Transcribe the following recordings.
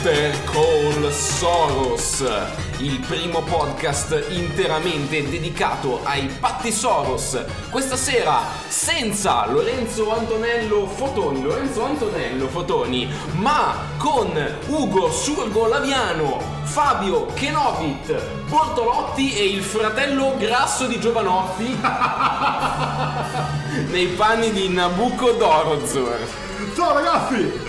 Better Call Soros, il primo podcast interamente dedicato ai patti Soros. Questa sera senza Lorenzo Antonello Fotoni, ma con Ugo Surgo Laviano, Fabio Kenovit Bortolotti e il fratello grasso di Giovanotti nei panni di Nabucodonosor. Ciao ragazzi!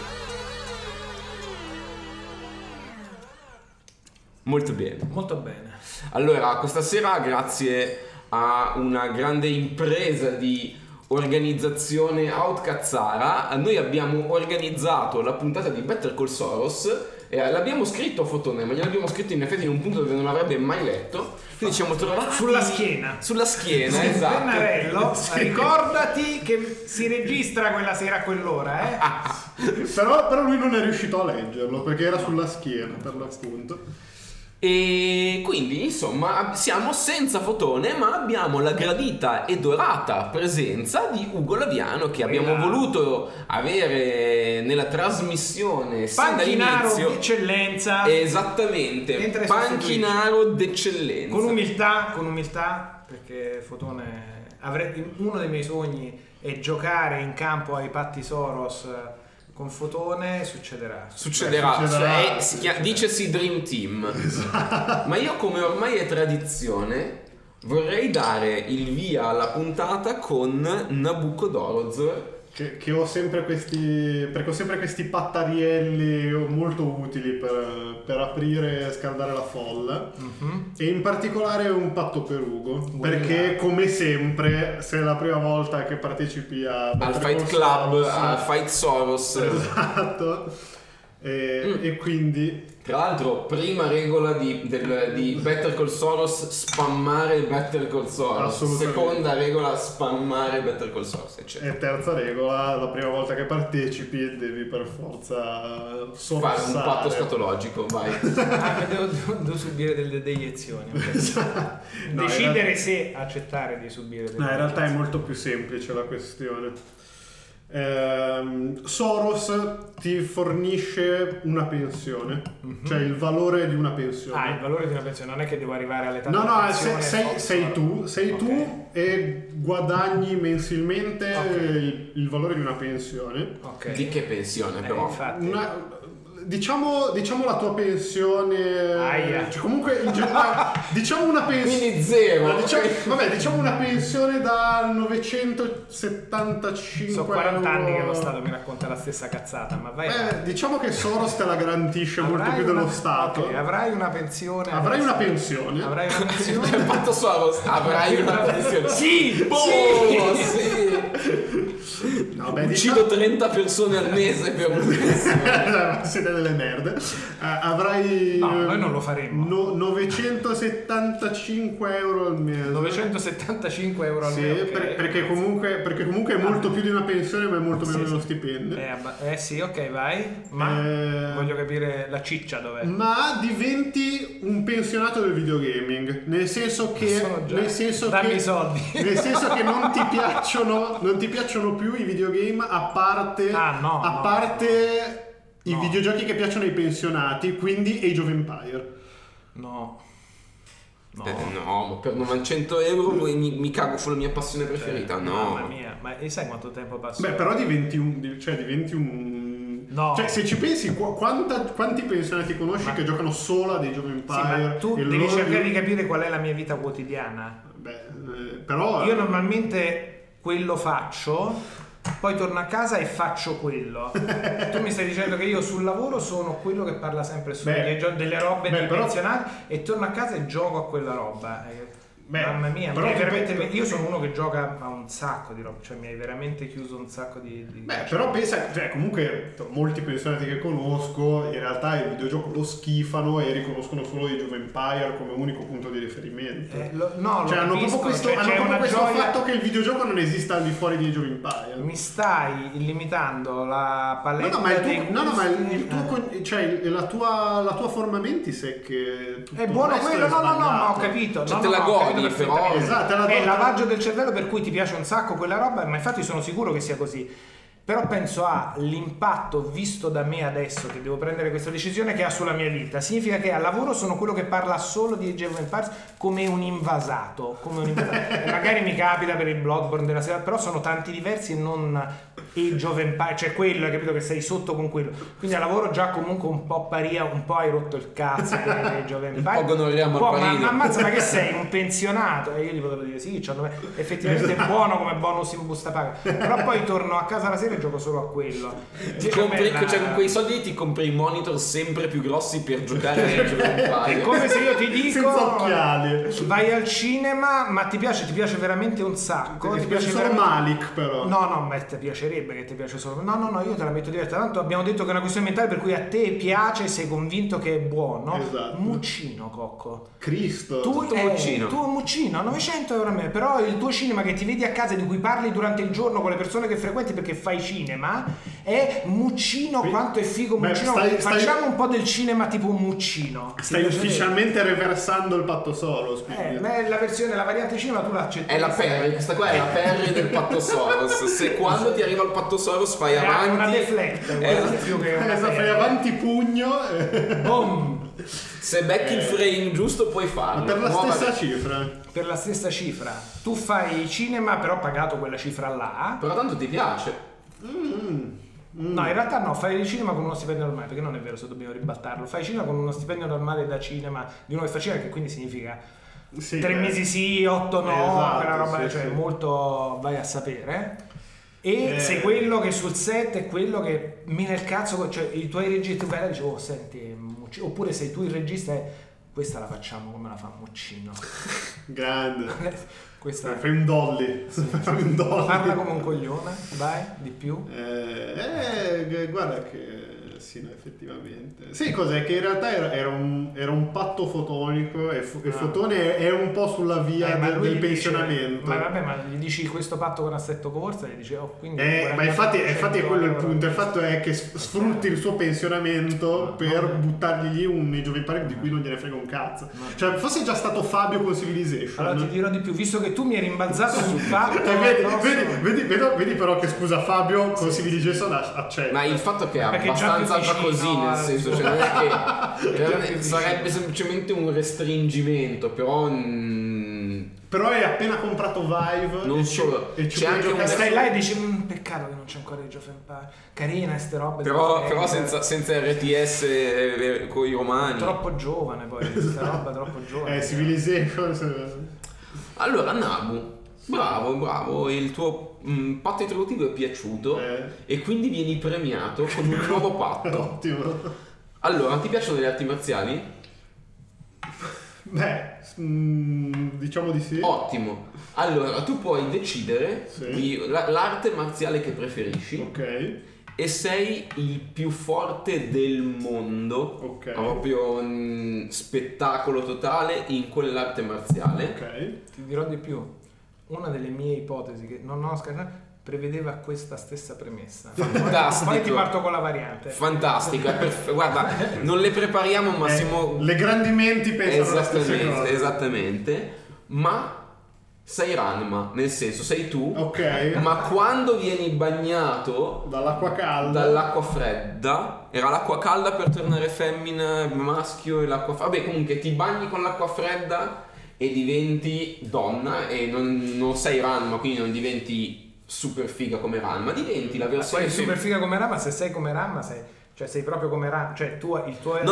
Molto bene. Molto bene. Allora, questa sera, grazie a una grande impresa di organizzazione outcazzara, noi abbiamo organizzato la puntata di Better Call Soros e l'abbiamo scritto a Fotone, ma gliel'abbiamo scritto in effetti in un punto dove non avrebbe mai letto. Quindi ci siamo trovati sulla schiena, sì, esatto. Pennarello, sì. Ricordati che si registra quella sera a quell'ora, però lui non è riuscito a leggerlo perché era sulla schiena, per l'appunto. E quindi insomma siamo senza Fotone, ma abbiamo la gradita e dorata presenza di Ugo Laviano, che abbiamo voluto avere nella trasmissione sin dall'inizio. D'eccellenza. Esattamente, panchinaro d'eccellenza. Con umiltà, perché Fotone uno dei miei sogni è giocare in campo ai patti Soros. Con Fotone succederà. Dicesi Dream Team. Esatto. Ma io, come ormai è tradizione, vorrei dare il via alla puntata con Nabucodonosor. Che ho sempre questi pattarielli molto utili per aprire e scaldare la folla. E in particolare un patto per Ugo, perché come sempre, se è la prima volta che partecipi al Fight Club, al Fight Soros, esatto, e quindi tra l'altro prima regola di Better Call Soros, spammare Better Call Soros, seconda regola, spammare Better Call Soros, eccetera. E terza regola, la prima volta che partecipi devi per forza fare un patto scatologico, vai. Devo subire delle deiezioni, esatto. Decidere se accettare di subire delle in realtà è molto più semplice la questione. Soros ti fornisce una pensione, cioè il valore di una pensione. Il valore di una pensione, non è che devo arrivare all'età della pensione. Sei tu e guadagni mensilmente il valore di una pensione. Di che pensione però? Infatti. Diciamo la tua pensione, cioè comunque in generale, diciamo una pensione, quindi zero. Diciamo una pensione da 975 sono 40 anni che lo Stato mi racconta la stessa cazzata, ma vai. Diciamo che Soros te la garantisce molto più dello Stato. Avrai una pensione. Avrai una pensione. Il patto Soros, avrai una pensione. Sì. Uccido 30 persone al mese per una pensione. Siete delle merde. Avrai noi non lo faremmo. 975 euro al mese. 975 euro al mese. Perché comunque è molto più di una pensione, ma è molto meno dello stipendio. Sì, ok, vai. Ma voglio capire la ciccia dov'è. Ma diventi un pensionato del videogaming, nel senso che dammi i soldi. Nel senso che non ti piacciono più i videogame a parte i videogiochi che piacciono ai pensionati, mai Age of Empire. No, ma per 900 euro mi cago sulla mia passione preferita. Mamma mia, ma sai quanto tempo passa? Però diventi un no. Cioè, se ci pensi, quanti pensionati conosci che giocano solo ad Age of Empire? Ma tu devi cercare di capire qual è la mia vita quotidiana. Però io normalmente quello faccio. Poi torno a casa e faccio quello. Tu mi stai dicendo che io sul lavoro sono quello che parla sempre delle robe dei pensionati e torno a casa e gioco a quella roba. Mamma mia, io sono uno che gioca a un sacco di roba, cioè mi hai veramente chiuso un sacco di però pensa, cioè comunque molti pensionati che conosco in realtà il videogioco lo schifano e riconoscono solo Age of Empire come unico punto di riferimento. Hanno proprio questo fatto che il videogioco non esista al di fuori di Age of Empire. Mi stai limitando la paletta la tua forma mentis è che tutto è buono quello, no, ho capito. Cioè te la godi, però. Esatto, è il lavaggio del cervello per cui ti piace un sacco quella roba, ma infatti sono sicuro che sia così. Però penso all'impatto visto da me adesso che devo prendere questa decisione che ha sulla mia vita. Significa che al lavoro sono quello che parla solo di Age of Empires come un invasato. E magari mi capita per il Bloodborne della sera, però sono tanti diversi e non Age of Empires, cioè quello, hai capito che sei sotto con quello. Quindi al lavoro già comunque un po' paria, un po' hai rotto il cazzo con Age of Empires. Un po' gonoriamo al parino. Ma ammazza, ma che sei? Un pensionato? E io gli potevo dire sì, effettivamente è buono come bonus in busta paga. Però poi torno a casa la sera e gioco solo a quello. Cioè con quei soldi ti compri i monitor sempre più grossi per giocare a Age of Empires. È come se io ti dico senza occhiali. vai al cinema, ma ti piace veramente un sacco. Ti piace solo veramente... Malik, però. No, ma ti piacerebbe che ti piace solo. No, io te la metto diretta. Tanto abbiamo detto che è una questione mentale per cui a te piace, sei convinto che è buono. Esatto. Muccino, Cocco. Cristo. Tu Muccino. Muccino, 900 euro a me. Però il tuo cinema che ti vedi a casa, di cui parli durante il giorno con le persone che frequenti perché fai cinema, è Muccino. Quanto è figo Muccino. Facciamo un po' del cinema tipo un Muccino. Stai ufficialmente reversando il patto Soros. La variante cinema tu l'accetti. È la Perry, questa qua è la Perry del patto Soros. Se quando ti arriva il patto Soros fai avanti. Una deflect, più che una fai avanti pugno. Boom. Se becchi il frame giusto puoi farlo. Per la stessa cifra. Per la stessa cifra. Tu fai cinema però pagato quella cifra là. Però tanto ti piace. No, in realtà no, fai cinema con uno stipendio normale, perché non è vero se dobbiamo ribaltarlo. Fai cinema con uno stipendio normale da cinema di uno che fa cinema, che quindi significa 3 mesi sì, 8 no, esatto, quella roba, cioè molto vai a sapere. E sei quello che sul set è quello che mina il cazzo, cioè i tuoi registi vai dici senti, oppure sei tu il regista e questa la facciamo come la fa Muccino. Grande. Questa fai un dolly. Sì. Fai un dolly. Parla come un coglione, vai, di più. Guarda che sì, no, effettivamente. Sì, cos'è? Che in realtà era un patto fotonico e Fotone è un po' sulla via del pensionamento. Ma vabbè, ma gli dici questo patto con Assetto Corsa e gli dici quindi ma infatti è quello il punto. Il fatto è che sfrutti il suo pensionamento per buttargli lì un Age of Empires di cui non gliene frega un cazzo. Cioè, fosse già stato Fabio con Civilization. Allora ti dirò di più, visto che tu mi hai rimbalzato sul patto. Vedi però che scusa Fabio con Civilization accetta. Ma il fatto che è abbastanza così, nel senso, cioè non è che sarebbe semplicemente un restringimento, però hai appena comprato Vive non solo, c'è anche stai là e dici peccato che non c'è ancora Age of Empires, carina ste robe, però senza RTS con i romani, troppo giovane poi questa roba, troppo giovane. Civilization. Allora Nabu, bravo, il tuo patto introduttivo è piaciuto e quindi vieni premiato con un nuovo patto. Ottimo. Allora, ti piacciono le arti marziali? Diciamo di sì. Ottimo. Allora, tu puoi decidere l'arte marziale che preferisci. Ok. E sei il più forte del mondo. Ok. Proprio spettacolo totale in quell'arte marziale. Ok. Ti dirò di più. Una delle mie ipotesi che non ho scartato prevedeva questa stessa premessa. Fantastico. Poi ti parto con la variante. Fantastico, guarda, non le prepariamo, ma siamo le grandi menti pensano la stessa cosa. Esattamente, ma sei Ranma, nel senso sei tu, ma quando vieni bagnato dall'acqua calda, dall'acqua fredda, era l'acqua calda per tornare femmina, maschio e l'acqua fredda, vabbè comunque ti bagni con l'acqua fredda e diventi donna e non sei Ranma, quindi non diventi super figa come Ranma, diventi la versione super figa come Ranma, se sei come Ranma sei proprio come Ranma, cioè il tuo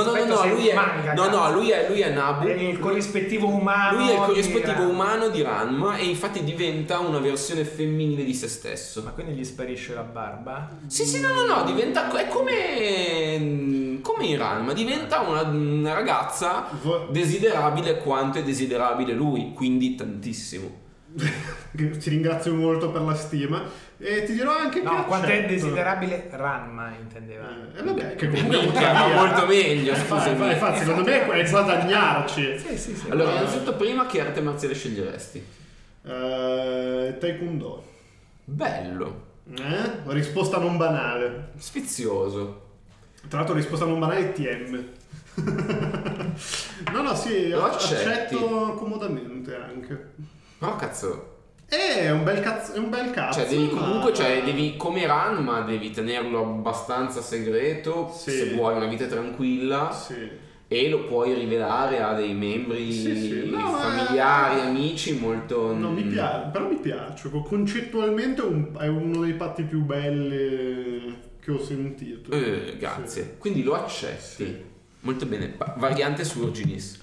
lui è Nabu, è il corrispettivo umano, lui è il corrispettivo umano di Ranma e infatti diventa una versione femminile di se stesso. Ma quindi gli sparisce la barba? Sì, no, diventa è come in Ranma, diventa una ragazza desiderabile quanto è desiderabile lui, quindi tantissimo. Ti ringrazio molto per la stima e ti dirò anche che quanto è desiderabile Ranma intendeva. Vabbè, che comunque va molto meglio, scusami. Infatti secondo me è guadagnarci. Sì. Allora, innanzitutto prima che arte marziale sceglieresti? Taekwondo. Bello. Risposta non banale. Sfizioso. Tra l'altro risposta non banale TM. No, sì, lo accetto comodamente anche. Però cazzo. È un bel cazzo. Cioè devi comunque, devi come run, ma devi tenerlo abbastanza segreto, se vuoi una vita tranquilla. Sì. E lo puoi rivelare a dei membri familiari, amici molto... No, mi piace, però mi piace. Concettualmente è uno dei patti più belli che ho sentito. Grazie. Sì. Quindi lo accetti. Sì. Molto bene. Variante Surginis.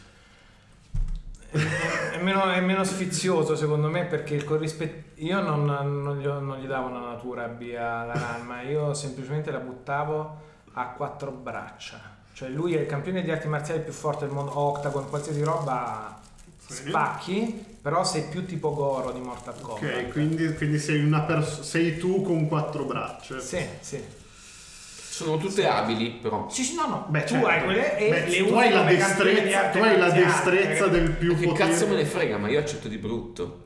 È meno sfizioso secondo me, perché io non gli davo una natura B alla run, ma io semplicemente la buttavo a 4 braccia. Cioè lui è il campione di arti marziali più forte del mondo, octagon, qualsiasi roba spacchi, però sei più tipo Goro di Mortal Kombat. Ok, quindi sei tu con 4 braccia. Sì. Sono tutte abili, però. Sì, no. Beh, tu hai quelle e le tu hai la destrezza del più che potere. Che cazzo me ne frega, ma io accetto di brutto.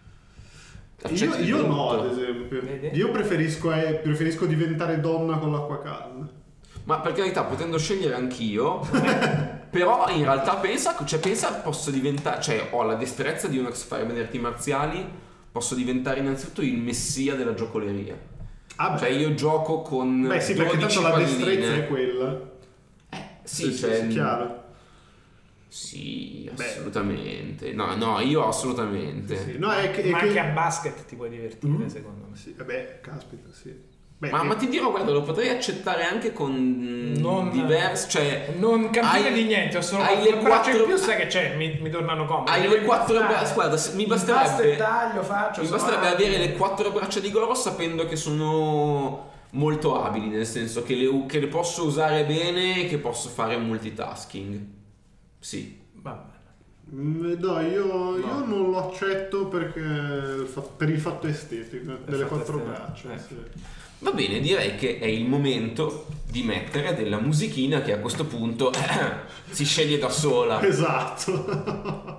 Io no, ad esempio. Vede? Io preferisco diventare donna con l'acqua calda. Ma per carità, potendo scegliere anch'io, però in realtà pensa posso diventare, cioè ho la destrezza di uno che sa fare bene arti marziali, posso diventare innanzitutto il messia della giocoleria. Cioè io gioco con sì, perché tanto la destrezza è quella. Sì, è chiaro. Sì, assolutamente. No, io assolutamente. Sì. No, ma anche a basket ti puoi divertire, secondo me. Sì, caspita, sì. Ma ti dirò, guarda, lo potrei accettare anche con diversi, cioè non campione di niente, solo hai le 4 in più, sai che c'è, mi tornano comodi. Hai le 4 braccia, guarda, mi basterebbe avere le 4 braccia di Goro, sapendo che sono molto abili, nel senso che le posso usare bene e che posso fare multitasking. Sì. Va bene. No, io non lo accetto perché per il fatto estetico delle 4 braccia. Sì. Va bene, direi che è il momento di mettere della musichina che a questo punto si sceglie da sola. Esatto.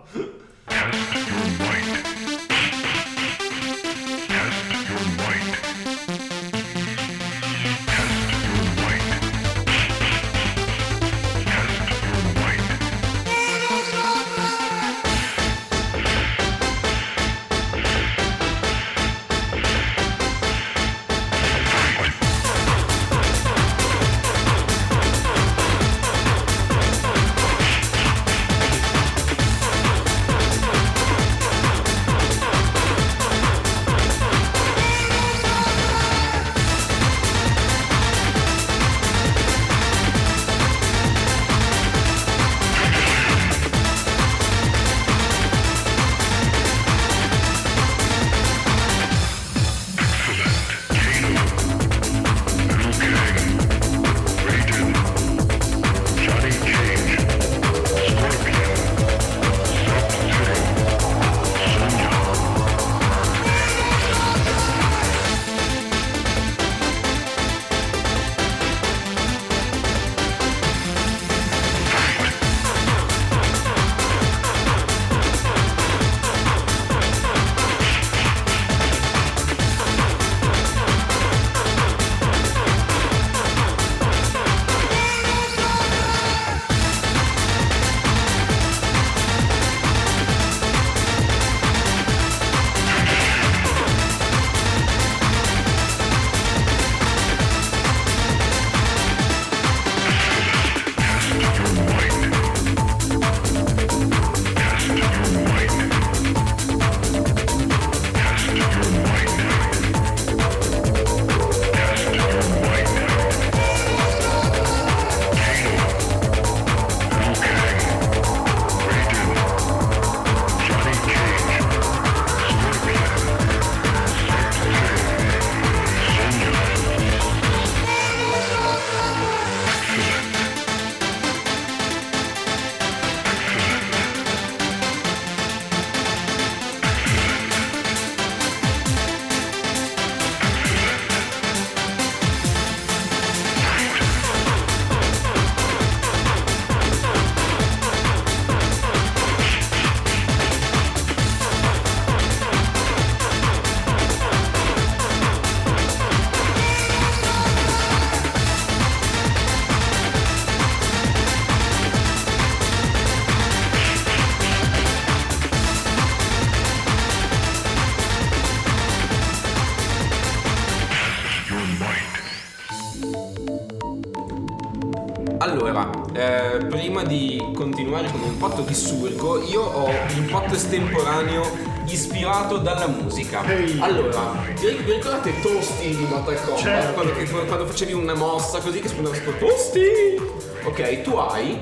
prima di continuare con un patto di surgo, io ho un patto estemporaneo ispirato dalla musica. Allora, vi ricordate Toasty di Mortal Kombat? Certo. Quando facevi una mossa così che suonava tipo Toasty? Ok, tu hai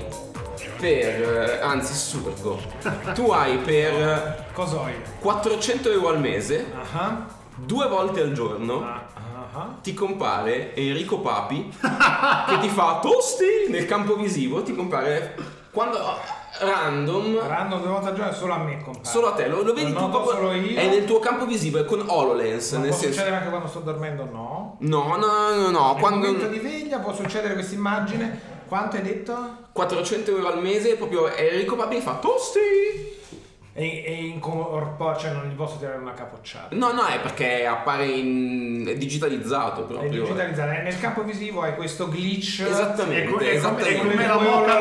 surgo. Tu hai per cosa ho io? 400 euro al mese, 2 volte al giorno. Ti compare Enrico Papi che ti fa tosti nel campo visivo, ti compare quando random 2 volte al giorno, solo a me compare. Solo a te, lo vedi tu proprio, solo io. è nel tuo campo visivo, è con HoloLens. Può succedere anche quando sto dormendo? No. No. Quando momento di veglia può succedere questa immagine. Quanto hai detto? 400 euro al mese, proprio Enrico Papi fa tosti. E incorpora, cioè non gli posso tirare una capocciata. No, è perché appare è digitalizzato proprio. È digitalizzato, nel campo visivo hai questo glitch. Esattamente. È come la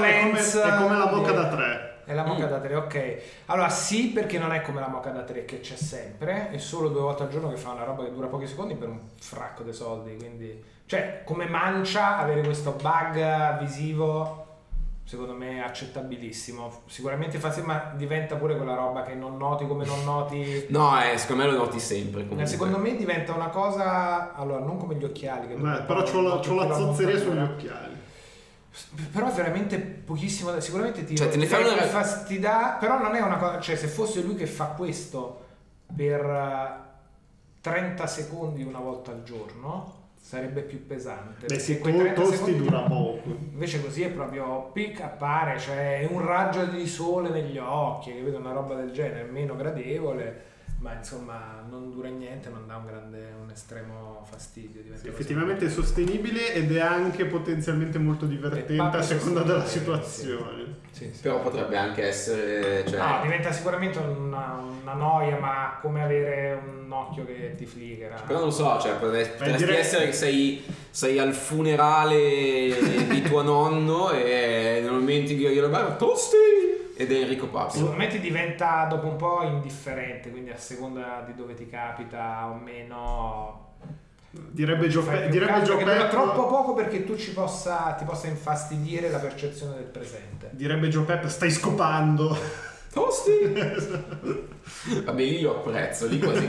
Mocha da 3. È la Mocha da 3, ok. Allora sì, perché non è come la Mocha da 3 che c'è sempre, è solo 2 volte al giorno che fa una roba che dura pochi secondi per un fracco di soldi, quindi cioè come mancia avere questo bug visivo secondo me è accettabilissimo. Sicuramente ma diventa pure quella roba che non noti come non noti. No, secondo me lo noti sempre comunque. Secondo me diventa una cosa, allora non come gli occhiali che però c'ho la zozzeria sugli occhiali. Però è veramente pochissimo, sicuramente te ne fai una fastida, però non è una cosa, cioè se fosse lui che fa questo per 30 secondi una volta al giorno sarebbe più pesante. Beh sì, tosti dura poco. Invece così è proprio appare, cioè un raggio di sole negli occhi, capito? Una roba del genere, meno gradevole, ma insomma non dura niente, non dà un estremo fastidio. Sì, effettivamente è sostenibile ed è anche potenzialmente molto divertente a seconda della situazione. Sì. Però potrebbe anche essere, no, diventa sicuramente una noia, ma come avere un occhio che ti flighera. Però non lo so, cioè potresti essere che sei al funerale di tuo nonno e nel momento in cui io lo parlo tosti ed è Enrico Papi. Secondo me ti diventa dopo un po' indifferente, quindi a seconda di dove ti capita o meno. Direbbe Giopetto dura troppo poco perché tu ti possa infastidire la percezione del presente. Direbbe Giopetto, stai scopando. Tosti. Vabbè, io lo apprezzo, lì quasi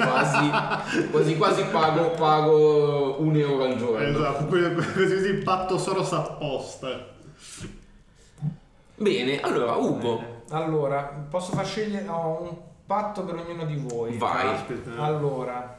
pago 1 euro al giorno. Esatto, così patto Soros apposta. Bene, allora Ugo. Bene. Allora, posso far scegliere un patto per ognuno di voi. Vai. Allora,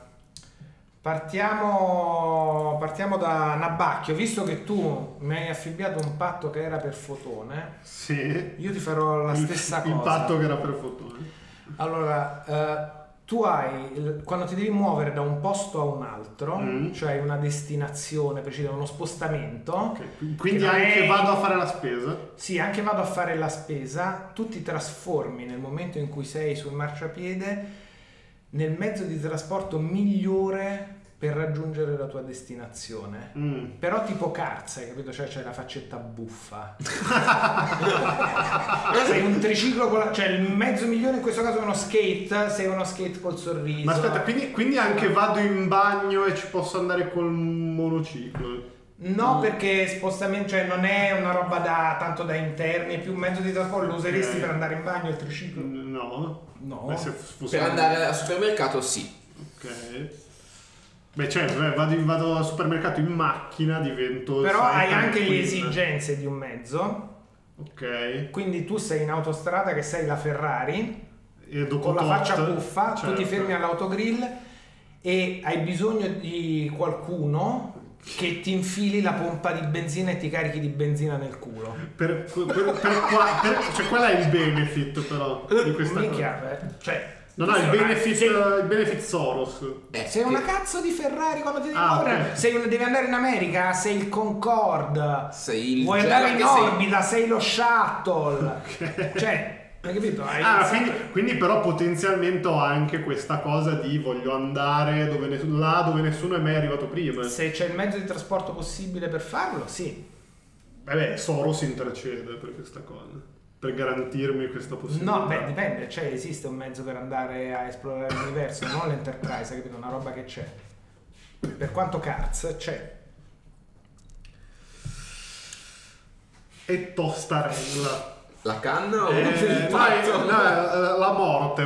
partiamo da Nabacchio. Visto che tu mi hai affibbiato un patto che era per Fotone, sì, io ti farò la stessa cosa. Il patto che era per Fotone. Allora, tu hai, quando ti devi muovere da un posto a un altro, cioè una destinazione precisa, uno spostamento. Okay. Quindi anche vado a fare la spesa? Sì, anche vado a fare la spesa. Tu ti trasformi nel momento in cui sei sul marciapiede nel mezzo di trasporto migliore per raggiungere la tua destinazione. Però tipo Cars, hai capito? Cioè c'è la faccetta buffa. Sei un triciclo cioè il mezzo migliore in questo caso è uno skate, sei uno skate col sorriso. Ma aspetta, quindi anche vado in bagno e ci posso andare col monociclo? No, perché spostamento, cioè non è una roba tanto da interni, è più un mezzo di trasporto. Lo useresti per andare in bagno il triciclo? No. Beh, per andare al supermercato sì. Ok. Beh, certo, vado al supermercato in macchina, divento. Però hai anche le esigenze di un mezzo. Ok. Quindi tu sei in autostrada che sei la Ferrari e dopo con la faccia buffa, certo. Tu ti fermi all'autogrill e hai bisogno di qualcuno che ti infili la pompa di benzina e ti carichi di benzina nel culo. Cioè qual è il benefit però di questa cosa? Cioè non ha il benefit Soros. Sei una cazzo di Ferrari quando ti devi muovere. Okay. Devi andare in America, sei il Concorde. Vuoi andare in orbita, sei lo shuttle. Okay. Cioè, hai capito? Quindi però potenzialmente ho anche questa cosa di voglio andare dove nessuno è mai arrivato prima. Se c'è il mezzo di trasporto possibile per farlo, sì. Beh, Soros intercede per questa cosa. Per garantirmi questa possibilità. No, beh, dipende, cioè esiste un mezzo per andare a esplorare l'universo, non l'Enterprise, capito? Una roba che c'è. Per quanto Cars c'è. e tostarella. La canna o il patto? La morte,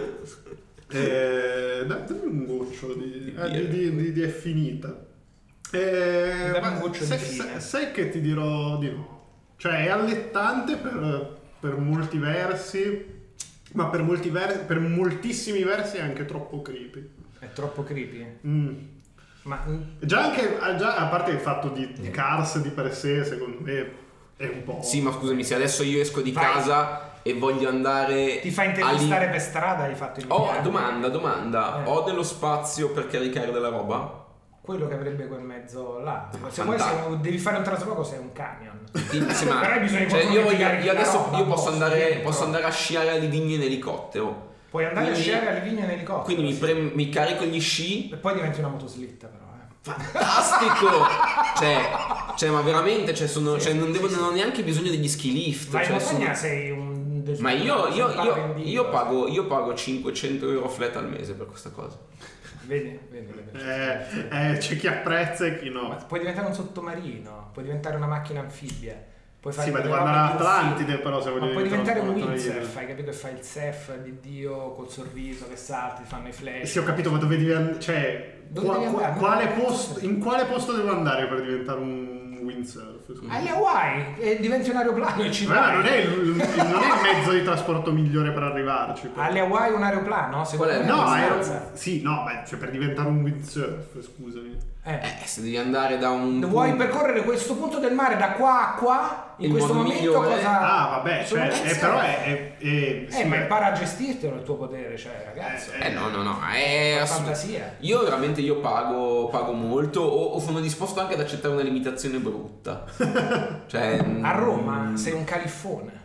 dammi un goccio di è finita. Dammi un goccio di fine. Sai che ti dirò di no. Cioè è allettante per molti versi, ma per moltissimi versi è anche troppo creepy. È troppo creepy? Ma già a parte il fatto di Cars di per sé, secondo me è un po'. Sì, ma scusami, se adesso io esco di casa e voglio andare. Ti fa intervistare per strada, hai fatto il domanda. Ho dello spazio per caricare della roba? Quello che avrebbe quel mezzo là. Se vuoi, se devi fare un trasloco, sei un camion. Sì, ma però hai bisogno di io adesso posso andare a sciare a Livigno in elicottero. Puoi andare a sciare a Livigno in elicottero. Quindi mi carico gli sci e poi diventi una motoslitta, però. Fantastico! cioè, ma veramente, non ho neanche bisogno degli ski lift. Ma in montagna sei un. Ma io pago 500 euro flat al mese per questa cosa. Vedi. C'è chi apprezza e chi no. Ma puoi diventare un sottomarino, puoi diventare una macchina anfibia. Puoi fare ma devo andare all'Atlantide, però se voglio. Ma puoi diventare un windsurf, hai capito? E fai il surf di Dio col sorriso che salti, fanno i flash. Sì, ho capito, ma dove devi andare? Cioè, in quale posto devo andare per diventare un windsurf? Agli Hawaii e diventi un aeroplano e ci vai. Non è il mezzo di trasporto migliore per arrivarci. Agli Hawaii un aeroplano? Qual è? Cioè per diventare un windsurf, scusami. Se devi andare da un. Vuoi percorrere questo punto del mare da qua a qua? In questo momento migliore. Cosa. Vabbè, però ma impara a gestirtelo il tuo potere, cioè, ragazzo. No. Fantasia. Io veramente pago molto o sono disposto anche ad accettare una limitazione brutta. Cioè. A Roma sei un califfone.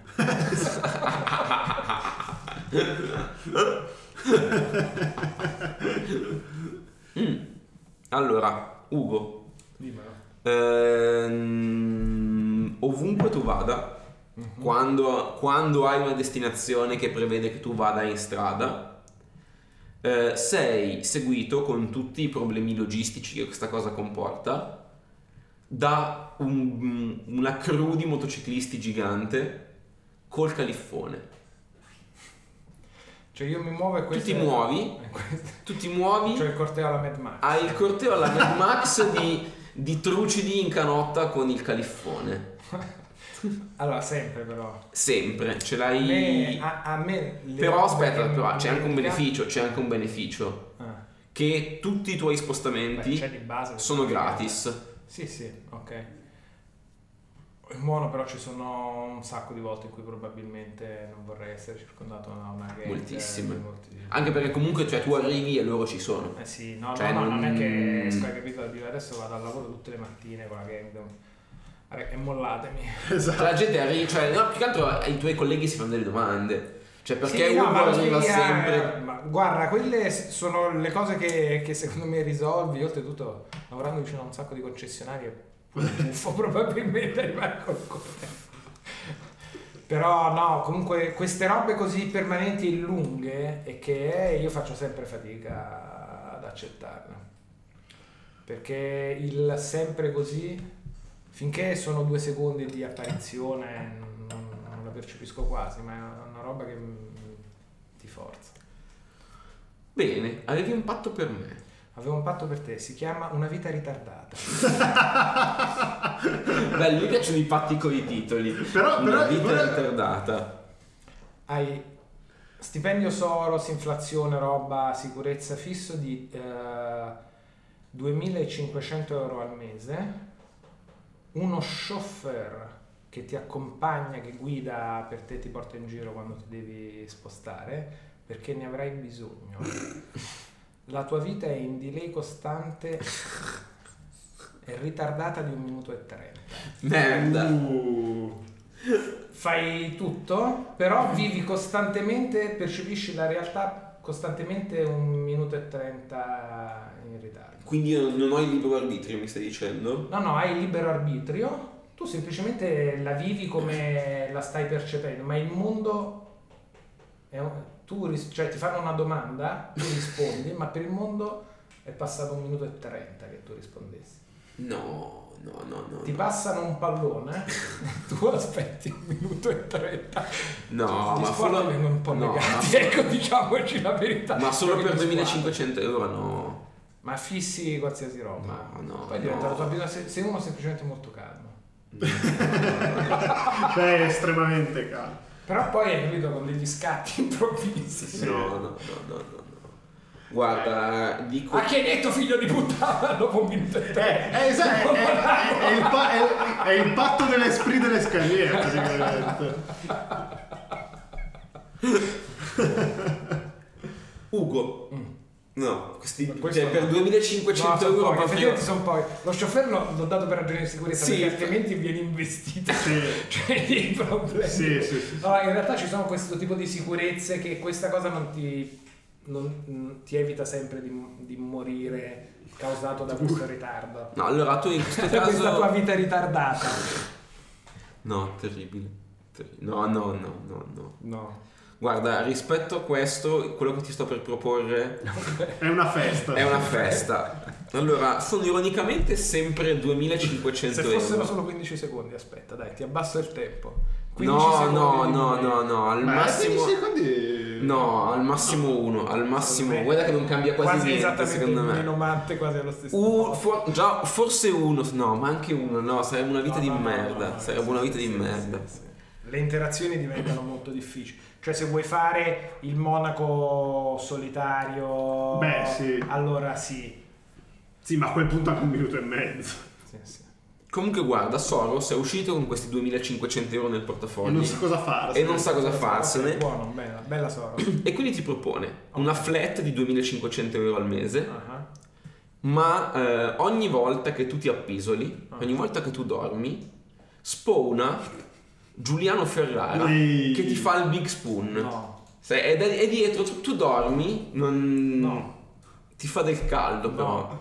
Allora, Ugo, ovunque tu vada, quando hai una destinazione che prevede che tu vada in strada, sei seguito con tutti i problemi logistici che questa cosa comporta da una crew di motociclisti gigante col califfone. Cioè io mi muovo e questo tu ti muovi. Cioè il corteo alla Mad Max. Hai il corteo alla Mad Max di trucidi in canotta con il califfone. Allora sempre però. Sempre, ce l'hai. A me però aspetta, però c'è anche un beneficio. Che tutti i tuoi spostamenti di base sono gratis. Sì, ok. In buono, però ci sono un sacco di volte in cui probabilmente non vorrei essere circondato da una gang. Moltissime. Anche perché comunque tu arrivi e loro ci sono. Sì, non è che hai capito da dire adesso vado al lavoro tutte le mattine con la gang e mollatemi. Esatto. La gente arriva, più che altro i tuoi colleghi si fanno delle domande. Cioè perché uno arriva sempre. Ma guarda, quelle sono le cose che secondo me risolvi, oltretutto lavorando vicino a un sacco di concessionarie. Probabilmente arrivare col corteo. Però no, comunque queste robe così permanenti e lunghe è che io faccio sempre fatica ad accettarle, perché il sempre così, finché sono 2 secondi di apparizione non la percepisco quasi, ma è una roba che ti forza. Bene, avevi un patto per me. Avevo un patto per te, si chiama Una vita ritardata. Beh, mi piacciono i patti con i titoli. Una vita ritardata. Hai stipendio Soros, inflazione, roba, sicurezza fisso di 2.500 euro al mese, uno chauffeur che ti accompagna, che guida per te, ti porta in giro quando ti devi spostare, perché ne avrai bisogno. La tua vita è in delay costante e ritardata di 1 minuto e 30. Merda. Fai tutto, però vivi costantemente, percepisci la realtà costantemente 1 minuto e 30 in ritardo. Quindi io non ho il libero arbitrio, mi stai dicendo? No, hai il libero arbitrio, tu semplicemente la vivi come la stai percependo, ma il mondo è cioè ti fanno una domanda, tu rispondi, ma per il mondo è passato 1 minuto e 30 che tu rispondessi. No. Ti passano un pallone, tu aspetti 1 minuto e 30. No, gli ma sport vengono un po' negati, ecco, diciamoci la verità. Ma solo per 2.500 euro no. Ma fissi qualsiasi roba. No, poi diventa la tua vita se uno semplicemente molto calmo. Beh, estremamente calmo. Però poi hai capito con degli scatti improvvisi. No. Guarda, dico... A chi hai detto figlio di puttana dopo un minuto e 30? È il patto dell'esprit delle scagliere, praticamente. Ugo. No, questi per 2.500 euro proprio... effettivamente sono poi. Lo chauffeur l'ho dato per ragioni di sicurezza, sì, perché altrimenti viene investito. Sì. Cioè dei problemi. Sì. No, in realtà ci sono questo tipo di sicurezze che questa cosa non ti evita sempre di morire causato da questo ritardo. No, allora tu in questo caso... questa tua vita ritardata. No, terribile. No. Guarda, rispetto a questo, quello che ti sto per proporre è una festa. Allora, sono ironicamente sempre 2.500 Se euro. fossero solo 15 secondi, aspetta, dai, ti abbasso il tempo. 15 No, al massimo... secondi... No, al massimo uno, guarda che non cambia quasi niente, secondo me. Meno Mante quasi allo stesso già, forse uno, no, ma anche uno, no, sarebbe una vita di merda, sarebbe una vita di merda. Sì. Le interazioni diventano molto difficili. Cioè, se vuoi fare il monaco solitario, allora sì. Sì, ma a quel punto anche 1 minuto e mezzo. Sì. Comunque guarda, Soros è uscito con questi 2.500 euro nel portafoglio e non sa cosa farsene. Buono, bella Soros. E quindi ti propone una flat di 2.500 euro al mese, ma ogni volta che tu ti appisoli, ogni volta che tu dormi, spawna Giuliano Ferrara che ti fa il big spoon. No. È dietro, tu dormi, ti fa del caldo però.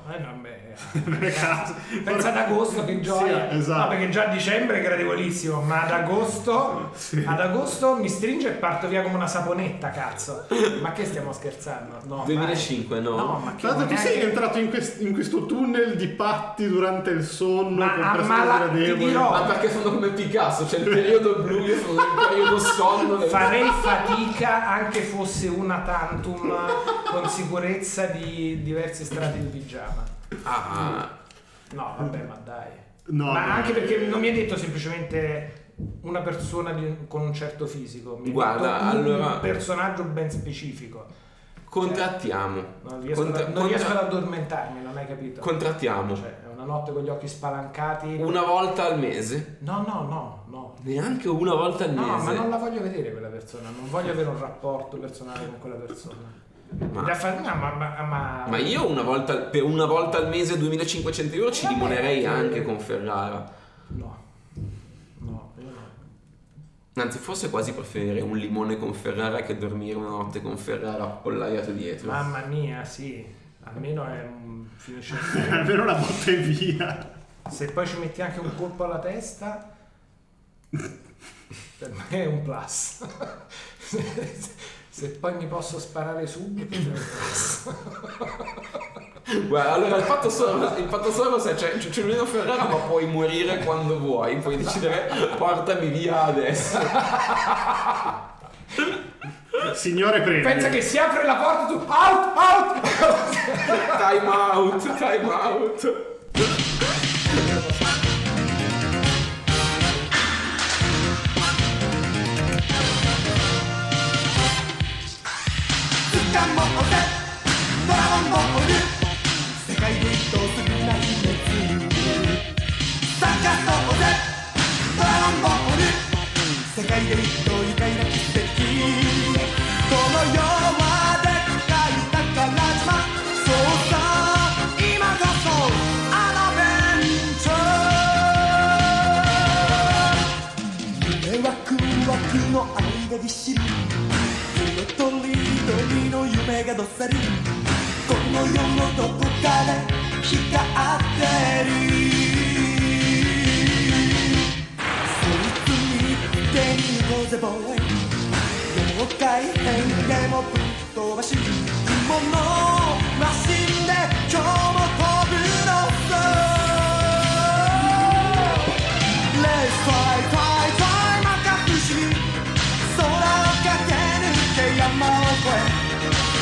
Pensa ad agosto che gioia. Sì, esatto. No, perché già a dicembre è gradevolissimo, ma ad agosto mi stringe e parto via come una saponetta, cazzo. Ma che stiamo scherzando? No, 2005 no. Ma che tanto tu sei entrato in questo tunnel di patti durante il sonno ti dirò, ma perché sono come Picasso, c'è il periodo blu, io sono nel periodo sonno. Farei fatica anche fosse una tantum con sicurezza di diversi strati di pigiama. No, vabbè, ma dai. Anche perché non mi hai detto semplicemente una persona con un certo fisico. Guarda, un personaggio ben specifico. Contrattiamo. Non riesco ad addormentarmi, non hai capito? Contrattiamo. Cioè, è una notte con gli occhi spalancati. Una volta al mese? No. Neanche una volta al mese? No, ma non la voglio vedere quella persona. Non voglio avere un rapporto personale con quella persona. Ma io per una volta al mese 2.500 euro ci limonerei anche con Ferrara. No, io no. Anzi, forse quasi preferirei un limone con Ferrara che dormire una notte con Ferrara appollaiato dietro. Mamma mia, sì. Almeno finisce almeno la botte via. Se poi ci metti anche un colpo alla testa, per me è un plus. Se poi mi posso sparare subito, guarda, allora il fatto solo se c'è Giuliano Ferrara, ma puoi morire quando vuoi, puoi decidere portami via adesso. Signore, prego. Pensa che si apre la porta, tu out. Time out.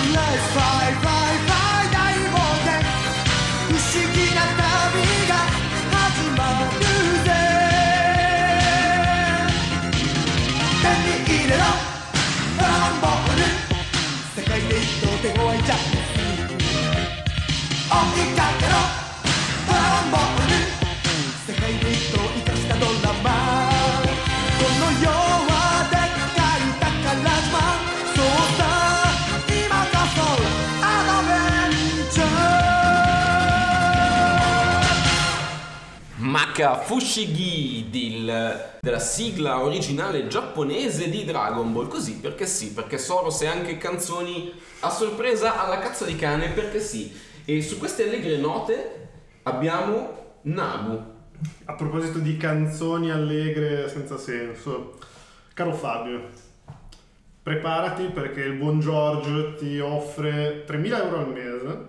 Fushigi della sigla originale giapponese di Dragon Ball. Così perché sì, perché Soros e anche canzoni a sorpresa alla cazzo di cane, perché sì. E su queste allegre note abbiamo Nabu. A proposito di canzoni allegre senza senso, caro Fabio, preparati perché il buon Giorgio ti offre 3.000 euro al mese,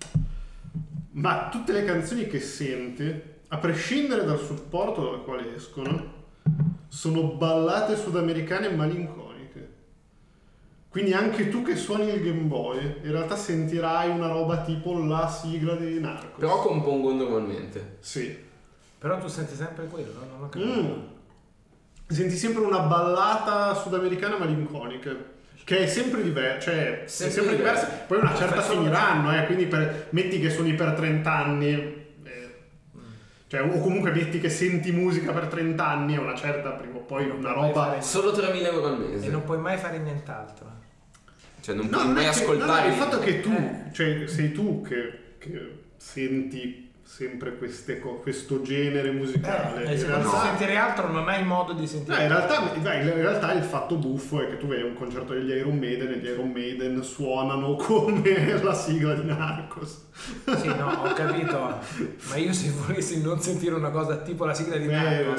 ma tutte le canzoni che senti, a prescindere dal supporto dal quale escono, sono ballate sudamericane malinconiche. Quindi anche tu che suoni il Game Boy, in realtà sentirai una roba tipo la sigla di Narcos. Però compongo normalmente. Sì. Però tu senti sempre quello, non ho capito. Senti sempre una ballata sudamericana malinconica, che è sempre diversa, cioè sempre diversa. Poi una certa finiranno, quindi metti che suoni per 30 anni. Cioè, o comunque metti che senti musica per 30 anni, è una certa, prima o poi una roba... Solo 3.000 euro al mese. E non puoi mai fare nient'altro. Cioè non puoi mai ascoltare... il fatto che tu, cioè sei tu che senti sempre questo genere musicale. Se non sentire altro non hai modo di sentire. In realtà il fatto buffo è che tu vedi un concerto degli Iron Maiden e gli Iron Maiden suonano come la sigla di Narcos. Sì, no, ho capito. Ma io se volessi non sentire una cosa tipo la sigla di Narcos,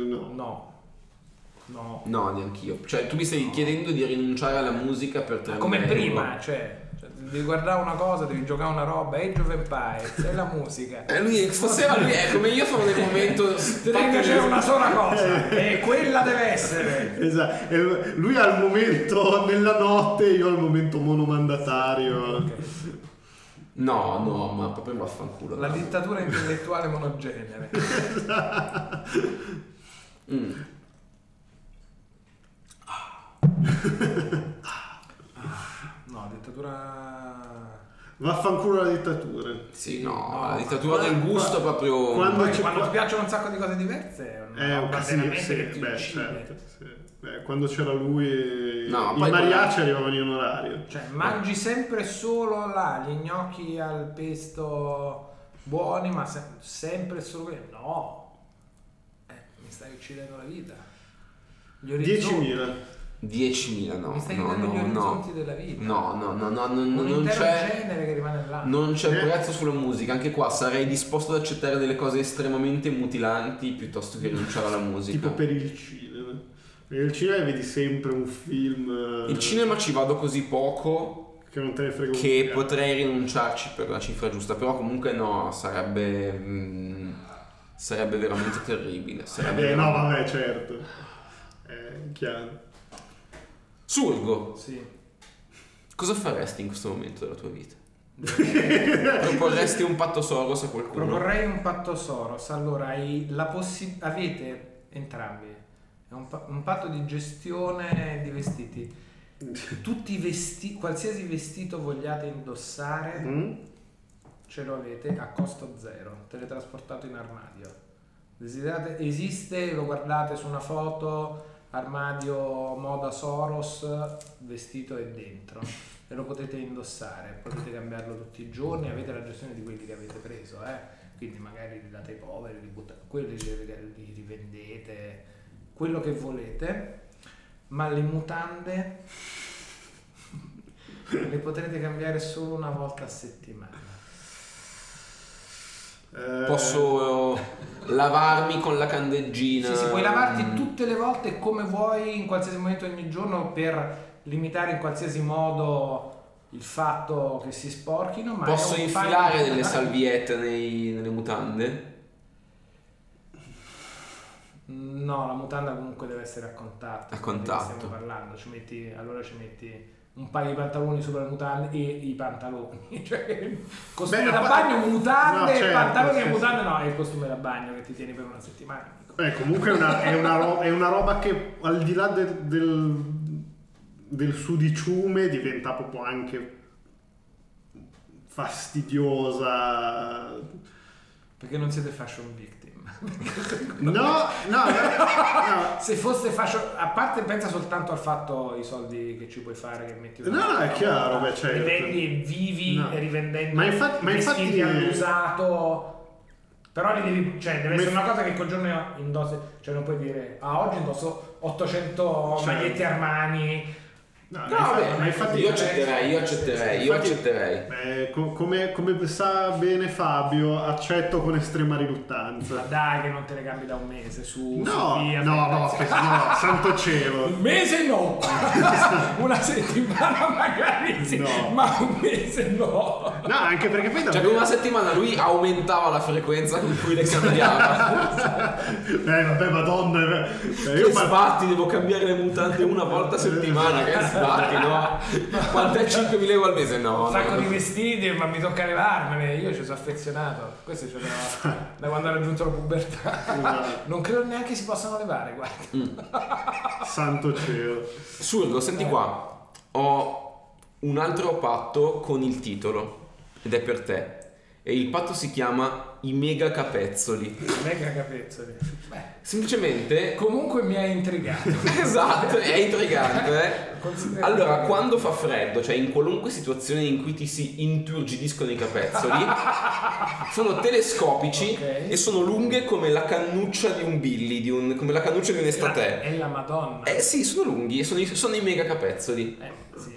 no, neanch'io. Cioè tu mi stai chiedendo di rinunciare alla musica per 3 come prima, cioè devi guardare una cosa, devi giocare una roba, Age of Empires, è la musica. Stasera lui è come io sono nel momento. Devi piacere una sola cosa e quella deve essere. Esatto. Lui ha il momento nella notte, io ho il momento monomandatario. Okay. No, ma proprio vaffanculo. La dittatura intellettuale monogenere. No, dittatura. Vaffanculo la dittatura. Sì, la dittatura del gusto proprio. Quando ti piacciono un sacco di cose diverse, un casino, certo. Quando c'era lui, i mariachi arrivavano in orario. Cioè, mangi sempre solo gli gnocchi al pesto buoni, ma sempre solo quelli. No, mi stai uccidendo la vita. 10.000, no. Mi stai chiedendo gli orizzonti della vita. No, non c'è genere che rimane là. Non c'è prezzo sulla musica. Anche qua sarei disposto ad accettare delle cose estremamente mutilanti piuttosto che rinunciare alla musica. Tipo per il cinema. Per il cinema vedi sempre un film. Il cinema ci vado così poco che non te ne frega che potrei rinunciarci per la cifra giusta. Però comunque no, sarebbe veramente terribile. No, vabbè, certo. Chiaro. Surgo. Sì. Cosa faresti in questo momento della tua vita? Proporresti un patto Soros a qualcuno? Proporrei un patto Soros. Allora, avete entrambi un patto di gestione di vestiti. Tutti qualsiasi vestito vogliate indossare, ce lo avete a costo zero, teletrasportato in armadio. Desiderate, esiste, lo guardate su una foto, armadio moda Soros, vestito è dentro e lo potete indossare, potete cambiarlo tutti i giorni, avete la gestione di quelli che avete preso, quindi magari li date ai poveri, quelli li rivendete, quello che volete, ma le mutande le potrete cambiare solo una volta a settimana. Posso lavarmi con la candeggina? Sì, puoi lavarti tutte le volte come vuoi in qualsiasi momento ogni giorno per limitare in qualsiasi modo il fatto che si sporchino. Ma posso infilare delle salviette nelle mutande? No, la mutanda comunque deve essere a contatto. A contatto. Stiamo parlando, ci metti un paio di pantaloni sopra le mutande e i pantaloni, cioè costume da bagno, mutande, no, certo, pantaloni e mutande, no, è il costume da bagno che ti tieni per una settimana. Comunque è una roba che al di là del sudiciume diventa proprio anche fastidiosa. Perché non siete fashion victim? No. Se foste fashion, a parte pensa soltanto al fatto i soldi che ci puoi fare, che metti è chiaro, beh, certo. Li vendi e vivi rivendendo ma infatti all'usato. Però li devi, cioè deve essere una cosa che quel giorno indossi, cioè non puoi dire oggi indosso 800 magliette Armani. Ma infatti io accetterei. Come sa bene Fabio, accetto con estrema riluttanza. Ma dai che non te le cambi da un mese su no, santo cielo. Un mese no. Una settimana magari sì, no. Ma un mese no. No, anche perché poi cioè per una settimana lui aumentava la frequenza con cui le cambiava. Vabbè, madonna. Io sbatti, devo cambiare le mutande una volta a settimana, che sbatti, no? Quant'è 5.000 euro al mese? No. Un sacco di vestiti, ma mi tocca levarmene, io ci sono affezionato. Questo ce l'ho da quando ho raggiunto la pubertà. Non credo neanche si possano levare, guarda. Santo cielo. Surgo, senti qua. Ho un altro patto con il titolo ed è per te. E il patto si chiama I Mega Capezzoli. Mega Capezzoli. Beh, semplicemente comunque mi ha intrigato. Esatto, è intrigante. Allora, quando fa freddo, cioè in qualunque situazione in cui ti si inturgidiscono i capezzoli, sono telescopici e sono lunghe come la cannuccia di un Billy, come la cannuccia di un estate. È la Madonna. Sì, sono lunghi e sono i mega capezzoli. Sì.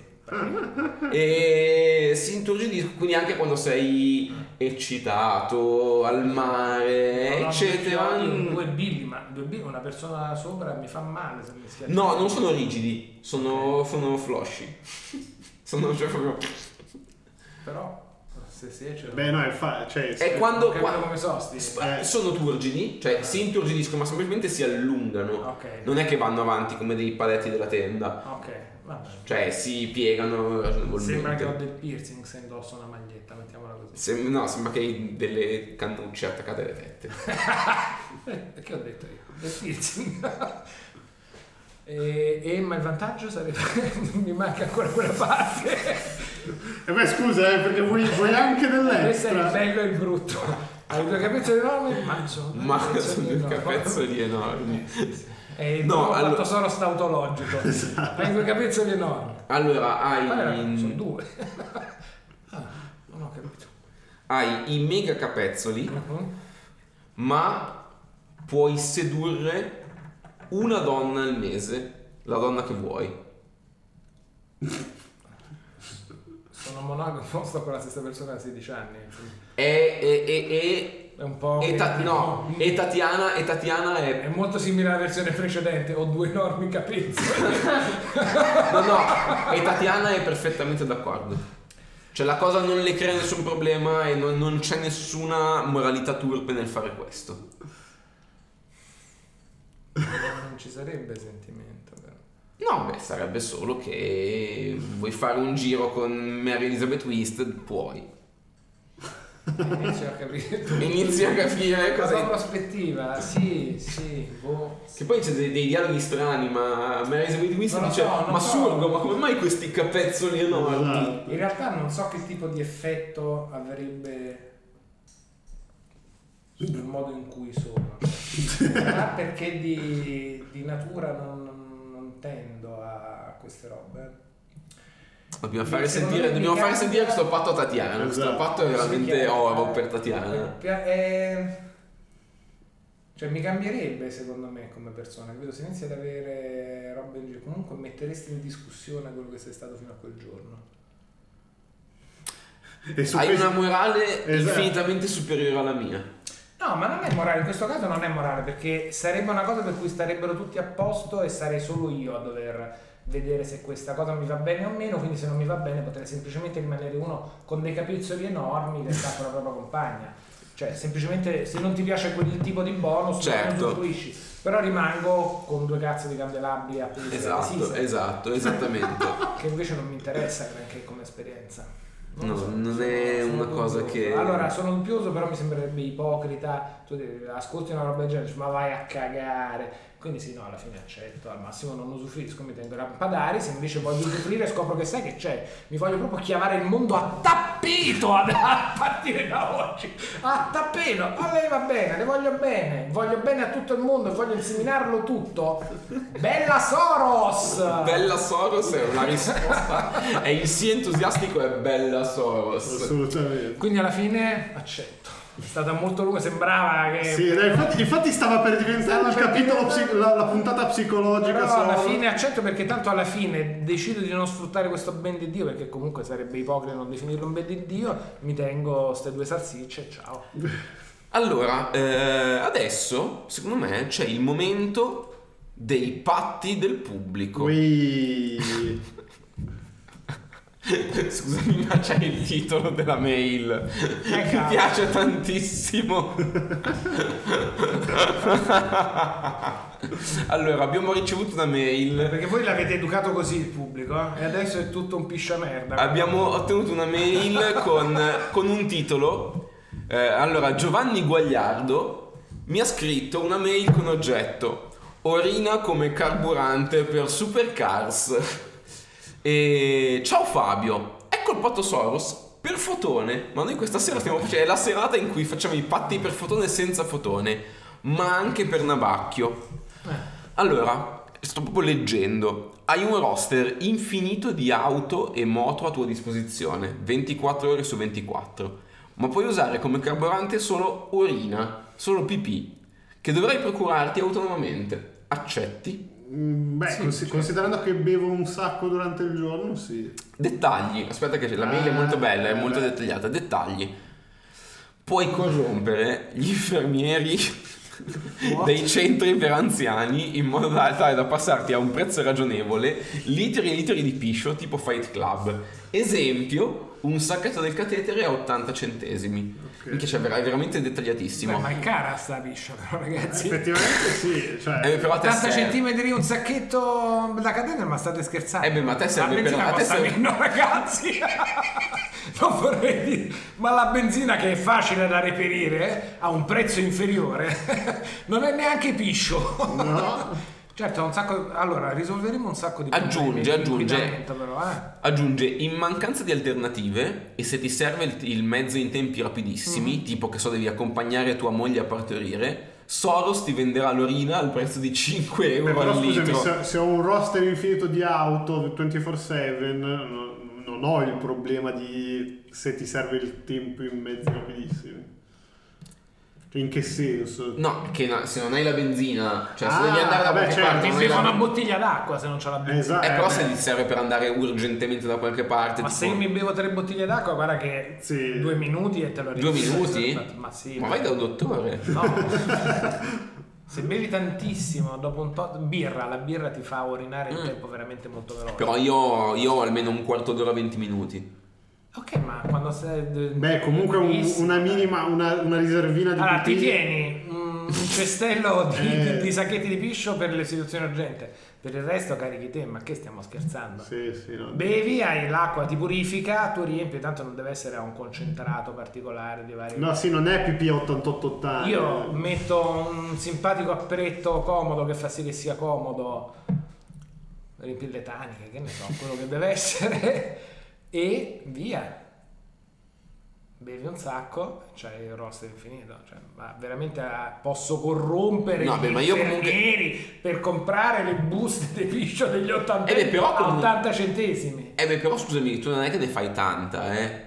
E si inturgidiscono quindi anche quando sei eccitato al mare, eccetera. Due Billy, una persona sopra mi fa male se mi schiaccia. No, non sono rigidi, sono flosci. Sono cioè proprio. Però se si eccita. Beh, no, è quando come sosti. Sono turgidi, cioè si inturgidiscono, ma semplicemente si allungano. Okay. Non è che vanno avanti come dei paletti della tenda. Ok, vabbè. Cioè si piegano ragionevolmente. Sembra che ho del piercing se indosso una maglietta, mettiamola così. Sembra che hai delle cannucce attaccate alle tette. Perché ho detto io? Del piercing. Ma il vantaggio sarebbe mi manca ancora quella parte. Beh, scusa, perché vuoi anche dell'extra. Questo è il bello e il brutto. Hai due capezzoli enormi, ma sono due capezzoli enormi. È il fatto solo stautologico. Esatto. Hai due capezzoli enormi. Allora sono due. Non ho capito. Hai i mega capezzoli, ma puoi sedurre una donna al mese, la donna che vuoi. Sono monogamo, sto con la stessa persona da 16 anni. È un po'. E Tatiana è molto simile alla versione precedente, ho due enormi capezzoli. No, e Tatiana è perfettamente d'accordo. Cioè la cosa non le crea nessun problema e non c'è nessuna moralità turpe nel fare questo. Non ci sarebbe sentimento, però. No, sarebbe solo che vuoi fare un giro con Mary Elizabeth Winstead, puoi. Inizio a capire cosa in prospettiva, sì, boh. Che poi c'è dei dialoghi strani, ma Mary Elizabeth Winstead dice Surgo, ma come mai questi capezzoli enormi? In realtà non so che tipo di effetto avrebbe sul modo in cui sono, ma perché di natura non tendo a queste robe. Dobbiamo fare sentire questo patto a Tatiana. Questo patto è veramente oro per Tatiana. Cioè mi cambierebbe secondo me come persona, capito? Se inizi ad avere robe in giro, comunque metteresti in discussione quello che sei stato fino a quel giorno. Hai una morale infinitamente superiore alla mia. No, ma non è morale, in questo caso non è morale, perché sarebbe una cosa per cui starebbero tutti a posto e sarei solo io a dover vedere se questa cosa mi va bene o meno, quindi se non mi va bene potrei semplicemente rimanere uno con dei capezzoli enormi che sta con la propria compagna. Cioè, semplicemente se non ti piace quel tipo di bonus, certo, non usufruisci. Però rimango con 2 cazzo di candelabri appesi. Esatto, esattamente. Che invece non mi interessa granché come esperienza. Non è una cosa che... Allora, sono dubbioso, però mi sembrerebbe ipocrita. Tu ascolti una roba del genere, ma vai a cagare. Quindi sì, no, alla fine accetto, al massimo non usufruisco, mi tengo i lampadari. Se invece voglio usufruire scopro che sai che c'è, mi voglio proprio chiamare il mondo a tappeto a partire da oggi. A tappeto, a lei va bene, le voglio bene a tutto il mondo e voglio inseminarlo tutto. Bella Soros! Bella Soros è una risposta, è il sì entusiastico, è Bella Soros. Assolutamente. Quindi alla fine accetto. È stata molto lunga, sembrava che... Sì, infatti stava per diventare il capitolo, la puntata psicologica. Però alla fine accetto, perché tanto alla fine decido di non sfruttare questo ben di Dio, perché comunque sarebbe ipocrita non definirlo un ben di Dio, mi tengo ste 2 salsicce e ciao. Allora, adesso, secondo me, c'è il momento dei patti del pubblico. Scusami, ma c'è il titolo della mail. Mi piace tantissimo. Allora, abbiamo ricevuto una mail. Perché voi l'avete educato così il pubblico, e adesso è tutto un piscia merda. Abbiamo ottenuto una mail con un titolo. Allora, Giovanni Guagliardo mi ha scritto una mail con oggetto: orina come carburante per supercars. E ciao Fabio, ecco il patto Soros per fotone. Ma noi questa sera stiamo facendo, è la serata in cui facciamo i patti per fotone senza fotone, ma anche per nabacchio. Allora, sto proprio leggendo. Hai un roster infinito di auto e moto a tua disposizione, 24 ore su 24, ma puoi usare come carburante solo orina, solo pipì, che dovrai procurarti autonomamente. Accetti? Beh, sì, considerando che bevo un sacco durante il giorno, sì. Dettagli, aspetta che la mail è molto bella, è molto dettagliata. Dettagli: puoi corrompere gli infermieri dei centri per anziani in modo tale da passarti a un prezzo ragionevole litri e litri di piscio tipo Fight Club. Esempio, un sacchetto del catetere a 80 centesimi. Minchia, cioè, è veramente dettagliatissimo. Beh, ma è cara sta piscia, però, ragazzi. Effettivamente sì, cioè, però 80 centimetri un sacchetto da catena, ma state scherzando? Ma a te serve per a te serve meno, ragazzi. Non vorrei dire, ma la benzina, che è facile da reperire, ha un prezzo inferiore. Non è neanche piscio. No. Certo, un sacco. Allora, risolveremo un sacco di problemi. Aggiunge, in mancanza di alternative, e se ti serve il mezzo in tempi rapidissimi, tipo che devi accompagnare tua moglie a partorire, Soros ti venderà l'orina al prezzo di 5 euro al litro. Scusami, se ho un roster infinito di auto 24/7, non ho il problema di se ti serve il tempo in mezzi rapidissimi. In che senso? No, che se non hai la benzina, cioè se devi andare da qualche parte, ti serve una bottiglia d'acqua se non c'è la benzina. Esatto, però se ti serve per andare urgentemente da qualche parte. Ma tipo... se io mi bevo 3 bottiglie d'acqua, guarda che 2 minuti e te lo ricordo. 2 minuti? Ma sì. Ma vai da un dottore. No. Se bevi tantissimo, dopo un po' la birra ti fa urinare in tempo veramente molto veloce. Però io ho almeno un quarto d'ora, 20 minuti. Ok, ma quando sei... Beh, comunque una minima, una riservina di... Allora, ti tieni un cestello di sacchetti di piscio per le situazioni urgenti. Per il resto carichi te, ma che stiamo scherzando? Sì, no. Bevi, hai l'acqua, ti purifica, tu riempi, tanto non deve essere a un concentrato particolare di vari... No, sì, non è pipì 88-80. Io metto un simpatico apparecchio comodo che fa sì che sia comodo, riempi le taniche, che ne so, quello che deve essere... E via, bevi un sacco, c'hai il roster infinito, cioè, ma veramente posso corrompere gli infermieri per comprare le buste di piscio degli 80 a 80 centesimi. Però scusami, tu non è che ne fai tanta,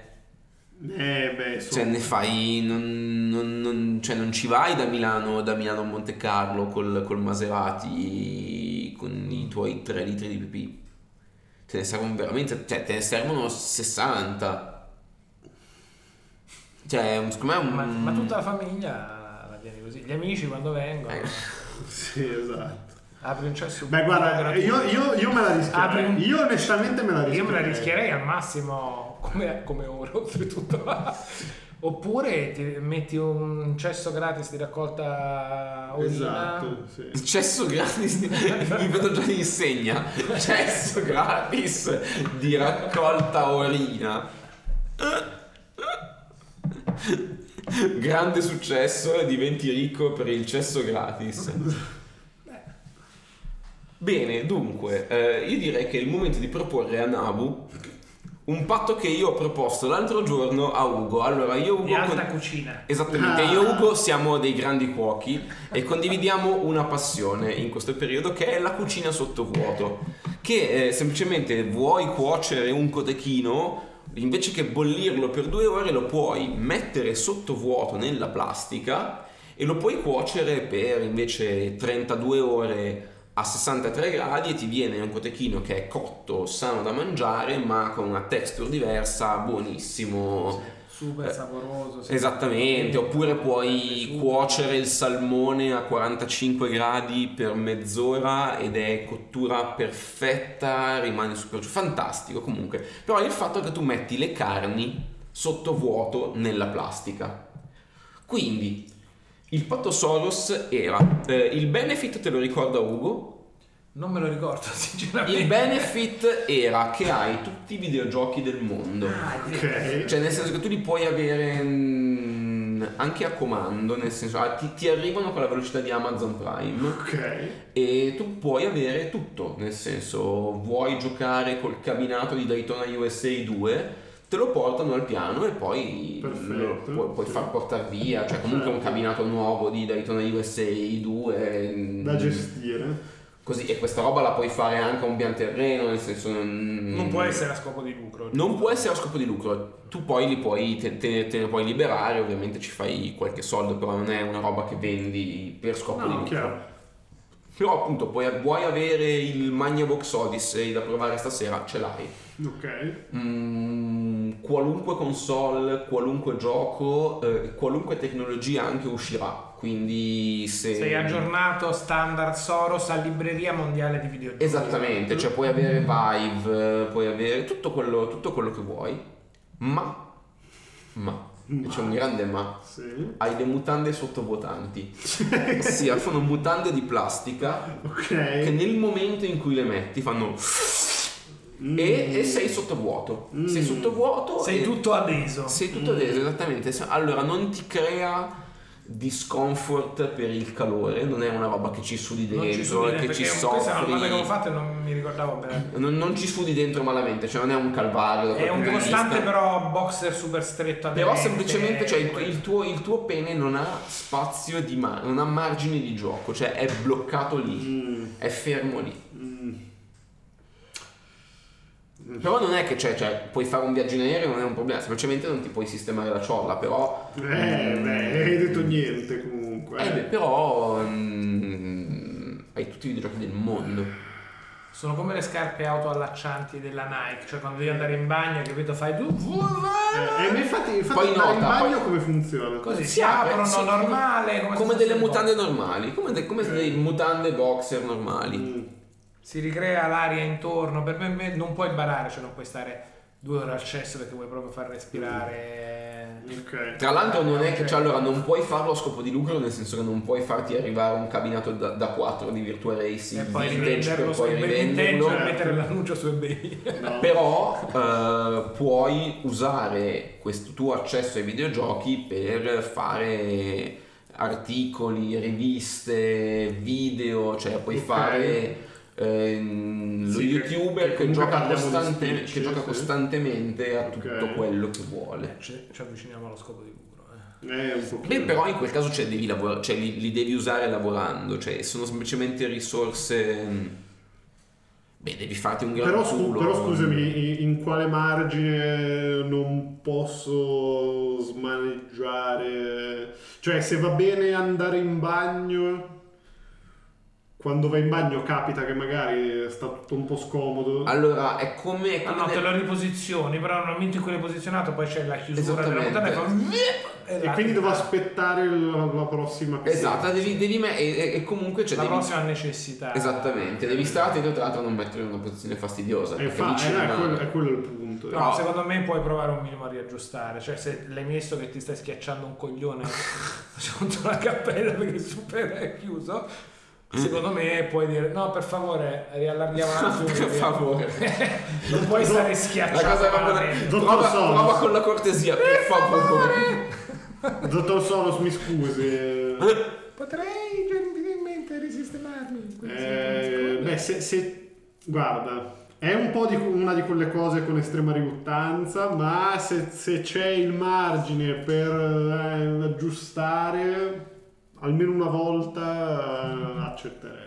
cioè ne fai cioè non ci vai da Milano a Monte Carlo col Maserati con i tuoi 3 litri di pipì. Te ne servono veramente, cioè te ne servono 60. Cioè, secondo me ma tutta la famiglia la tieni così. Gli amici quando vengono. Sì, esatto. Apri un cesso. Beh, guarda, io me la rischierei. Io onestamente me la rischierei. Io me la rischierei al massimo come ora, oltretutto. Oppure ti metti un cesso gratis di raccolta urina. Esatto, sì. Cesso gratis, mi vedo già insegna. Cesso gratis di raccolta urina. Grande successo e diventi ricco per il cesso gratis. Bene, dunque, io direi che è il momento di proporre a Nabu un patto che io ho proposto l'altro giorno a Ugo. Allora, io Ugo di alta cucina. Esattamente, io e Ugo siamo dei grandi cuochi e condividiamo una passione in questo periodo che è la cucina sottovuoto. Che semplicemente vuoi cuocere un cotechino, invece che bollirlo per 2 ore lo puoi mettere sottovuoto nella plastica e lo puoi cuocere per invece 32 ore a 63 gradi e ti viene un cotechino che è cotto, sano da mangiare, ma con una texture diversa, buonissimo. Sì, super saporoso. Sì. Esattamente, oppure puoi cuocere il salmone a 45 gradi per mezz'ora ed è cottura perfetta, rimane super fantastico comunque. Però il fatto è che tu metti le carni sottovuoto nella plastica. Quindi il patto Soros era il benefit, te lo ricorda Ugo? Non me lo ricordo sinceramente. Il benefit era che hai tutti i videogiochi del mondo. Ok. Cioè nel senso che tu li puoi avere anche a comando, nel senso ti arrivano con la velocità di Amazon Prime. Ok. E tu puoi avere tutto, nel senso vuoi giocare col cabinato di Daytona USA 2, te lo portano al piano e poi puoi far portare via, cioè comunque un cabinato nuovo di Daytona USA 2 da gestire. Così, e questa roba la puoi fare anche a un pian terreno, nel senso non può essere a scopo di lucro. Non può essere a scopo di lucro, tu poi li puoi te ne puoi liberare, ovviamente ci fai qualche soldo, però non è una roba che vendi per scopo di lucro. Chiaro. Però appunto vuoi avere il Magnavox Odyssey da provare stasera, ce l'hai. Ok. Qualunque console, qualunque gioco, qualunque tecnologia anche uscirà. Quindi se sei aggiornato standard Soros a libreria mondiale di videogiochi. Esattamente, cioè puoi avere Vive, puoi avere tutto quello che vuoi, ma c'è un grande ma. Sì. Hai le mutande sottovuotanti. Ossia, sono mutande di plastica che nel momento in cui le metti fanno e sei sottovuoto. Sei sottovuoto. Sei tutto adeso. Sei tutto adeso, esattamente. Allora non ti crea discomfort per il calore, non è una roba che ci sudi dentro e che ci soffri. Questa è una cosa che ho fatto e non mi ricordavo bene. Non ci sudi dentro malamente, cioè non è un calvario. È un costante però boxer super stretto aderente. Però semplicemente cioè, il tuo pene non ha spazio non ha margine di gioco, cioè è bloccato lì, è fermo lì. Però non è che cioè, puoi fare un viaggio in aereo, non è un problema, semplicemente non ti puoi sistemare la ciolla, però hai detto niente comunque. Però hai tutti i videogiochi del mondo. Sono come le scarpe autoallaccianti della Nike, cioè quando devi andare in bagno, capito, fai tu infatti poi andare in bagno come funziona? Così si aprono normale, come delle mutande normali, come delle mutande boxer normali. Si ricrea l'aria intorno, per me non puoi barare, cioè non puoi stare 2 ore al cesso perché vuoi proprio far respirare. Okay. Tra l'altro non è che allora non puoi farlo a scopo di lucro, nel senso che non puoi farti arrivare un cabinato da 4 di Virtua Racing e poi vintage per poi rivenderlo e mettere l'annuncio su eBay. No. Però puoi usare questo tuo accesso ai videogiochi per fare articoli, riviste, video, cioè puoi fare lo youtuber che gioca costantemente a tutto quello che vuole. Ci avviciniamo allo scopo di lucro. Beh, però in quel caso devi lavorare, cioè li devi usare lavorando, cioè sono semplicemente risorse. Beh, devi farti un gran culo. Però scusami, in quale margine non posso smaneggiare? Cioè, se va bene andare in bagno quando vai in bagno capita che magari sta tutto un po' scomodo. Allora è come te lo riposizioni, però nel momento in cui l'hai posizionato poi c'è la chiusura della montagna e quindi devo aspettare la prossima esatto, e comunque c'è la prossima necessità. Esattamente, devi stare attento tra l'altro a non mettere in una posizione fastidiosa, è quello il punto. No, secondo me puoi provare un minimo a riaggiustare, cioè se l'hai messo che ti stai schiacciando un coglione sotto la cappella perché il super è chiuso, secondo me puoi dire no, per favore riallarghiamo la per favore non puoi stare schiacciato. Prova con la cortesia, per favore. Dottor Soros, mi scusi, potrei gentilmente risistemarmi. Guarda, è un po' una di quelle cose con estrema riluttanza, ma se c'è il margine per aggiustare almeno una volta, accetterei.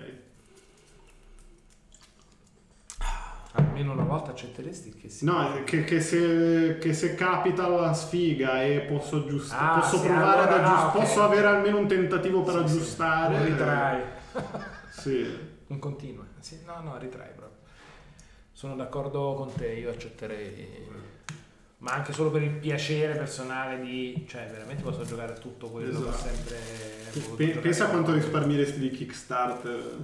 Almeno una volta accetteresti che sì? No, che se capita la sfiga e posso aggiustare, posso provare ad aggiustare, posso avere almeno un tentativo per aggiustare. Un ritrai. Sì. Un continuo. Sì, no, ritrai proprio. Sono d'accordo con te, io accetterei, ma anche solo per il piacere personale di, cioè veramente posso giocare a tutto quello che ho sempre voluto. Pensa quanto risparmieresti di Kickstarter.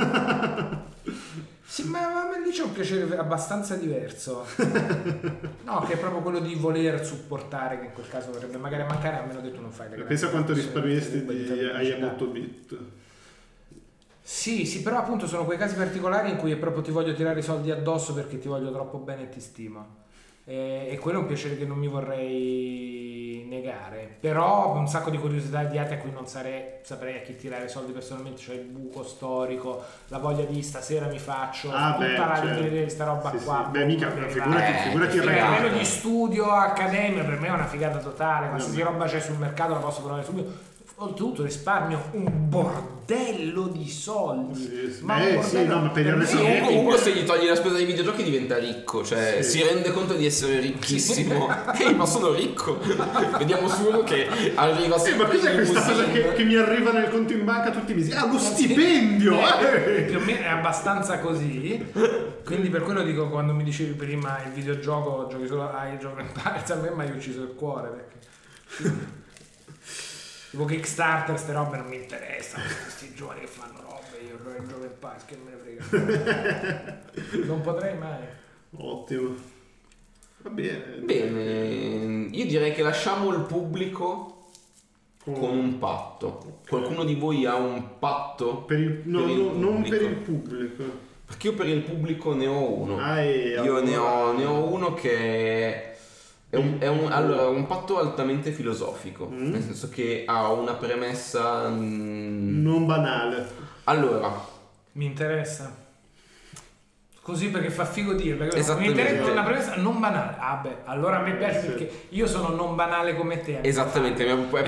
Sì, ma lì c'è un piacere abbastanza diverso. No, che è proprio quello di voler supportare, che in quel caso potrebbe magari mancare, a meno che tu non fai le grandi. Pensa quanto risparmieresti di I Am 8-bit. Sì, però appunto sono quei casi particolari in cui è proprio ti voglio tirare i soldi addosso perché ti voglio troppo bene e ti stimo. E quello è un piacere che non mi vorrei negare, però un sacco di curiosità di arte a cui non saprei a chi tirare soldi personalmente, cioè il buco storico, la voglia di stasera mi faccio tutta la libreria di sta roba qua. Beh, mica, figurati il regalo. A livello di studio, accademia, per me è una figata totale, qualsiasi roba c'è sul mercato la posso provare subito. Oltretutto risparmio un bordello di soldi. Ma per il resto comunque se gli togli la spesa dei videogiochi diventa ricco, cioè si rende conto di essere ricchissimo. Ma sono ricco. Vediamo solo che arriva sempre. Ma cos'è questa cosa che mi arriva nel conto in banca tutti i mesi? Lo stipendio! Più o meno è abbastanza così. Quindi per quello dico, quando mi dicevi prima il videogioco giochi solo a Age of Empires, a me mi hai ucciso il cuore perché tipo Kickstarter, ste robe non mi interessano, questi giovani che fanno robe, io gioco in Age of Empires, che me ne frega. Non potrei mai. Ottimo. Va bene. Bene, io direi che lasciamo il pubblico con un patto. Okay. Qualcuno di voi ha un patto? Non per il pubblico. Perché io per il pubblico ne ho uno. Io ne ho uno che è un patto altamente filosofico, nel senso che ha una premessa non banale. Allora, mi interessa. Così perché fa figo dirlo. Mi interessa una premessa non banale. Ah beh, allora a me piace perché io sono non banale come te. Esattamente,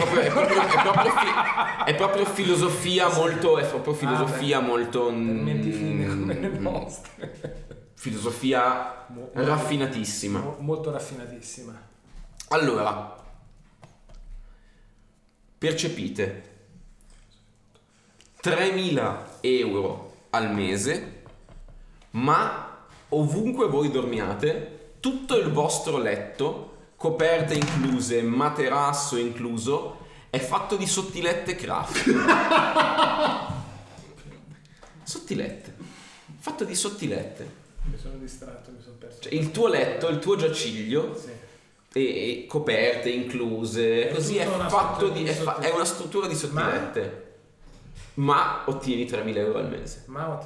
è proprio filosofia molto. È proprio filosofia molto. Menti fine come le nostre. Filosofia raffinatissima. Molto raffinatissima. Allora, percepite 3.000 euro al mese, ma ovunque voi dormiate, tutto il vostro letto, coperte incluse, materasso incluso, è fatto di sottilette craft. Sottilette. Fatto di sottilette. Mi sono distratto, mi sono perso. Cioè, il tuo letto, il tuo giaciglio, e coperte incluse, è così è fatto di. È una struttura di sottilette. Ma ottieni 3.000 euro al mese.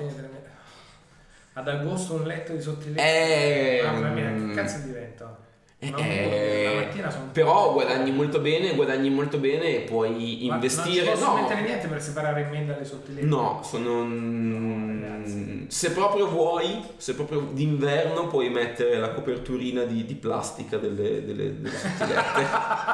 Ad agosto un letto di sottilette. Mamma mia, che cazzo diventa? La mattina sono però guadagni molto bene e puoi investire. Non ci posso mettere niente per separare in me dalle sottilette. No, se proprio vuoi, se proprio d'inverno puoi mettere la coperturina di plastica delle sottilette.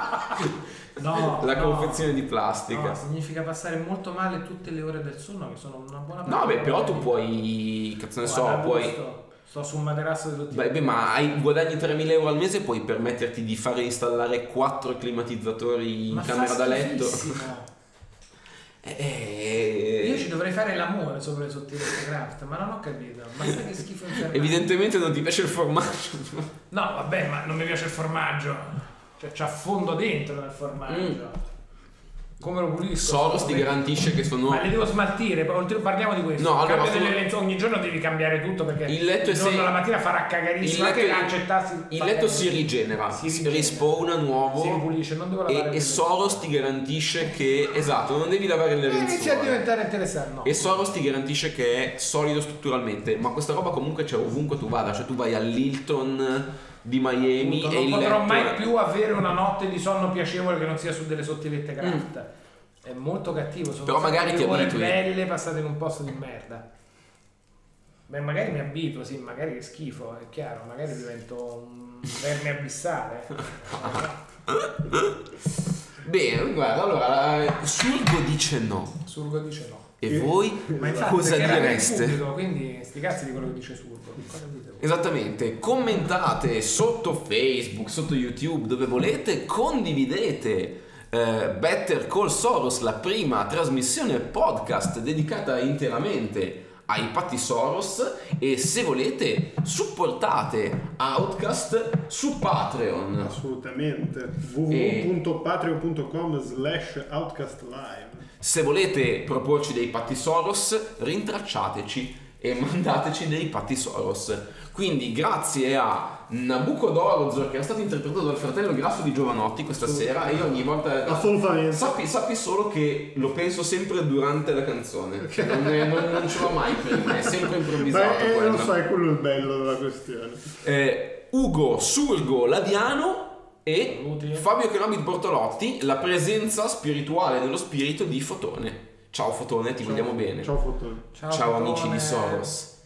La confezione di plastica. No, significa passare molto male tutte le ore del sonno, che sono una buona parte. No, beh, però tu puoi, cazzo ne so, puoi. Sto su un materasso di tutti. Beh, ma guadagni 3.000 euro al mese, puoi permetterti di fare installare 4 climatizzatori in camera da letto. Io ci dovrei fare l'amore sopra le sottilezze craft, ma non ho capito. Ma sai che schifo infernale. Evidentemente non ti piace il formaggio. No, vabbè, ma non mi piace il formaggio. Cioè, c'ha fondo dentro nel formaggio. Come lo pulisco? Soros ti garantisce che sono... Ma le devo smaltire, parliamo di questo. No, allora, delle lenzuola, ogni giorno devi cambiare tutto perché il letto la mattina farà cagarissimo. Il letto si rigenera, si rispawna nuovo, si ripulisce, non devo lavare e Soros ti garantisce che, esatto, non devi lavare le lenzuola. Inizia a diventare interessante, no. E Soros ti garantisce che è solido strutturalmente, ma questa roba comunque c'è ovunque tu vada, cioè tu vai all'Hilton di Miami e non potrò mai più avere una notte di sonno piacevole che non sia su delle sottilette craft. È molto cattivo, sono però magari ti ore abitui. belle passate in un posto di merda. Beh, magari mi abituo, sì, magari che schifo, è chiaro, magari divento un verme abissale. Bene, guarda, allora Surgo dice no. Surgo dice no. E voi Ma infatti, cosa direste? Pubblico, quindi sti cazzi di quello che dice Surgo. Cosa dite voi? Esattamente, commentate sotto Facebook, sotto YouTube, dove volete, condividete Better Call Soros, la prima trasmissione podcast dedicata interamente ai patti Soros, e se volete supportate Outcast su Patreon. Assolutamente, www.patreon.com/outcastlive. Se volete proporci dei patti Soros, rintracciateci e mandateci dei patti Soros. Quindi grazie a Nabucodonosor, che era stato interpretato dal fratello grasso di Giovanotti questa sera, e io ogni volta assolutamente sappi solo che lo penso sempre durante la canzone, cioè non ce l'ho mai prima, è sempre improvvisato. Beh, lo sai, quello è il bello della questione. Ugo Surgo Ladiano e Saluti. Fabio Kenobit Bortolotti, la presenza spirituale dello spirito di Fotone. Ciao Fotone, ti vogliamo bene. Ciao Fotone. Ciao amici di Soros.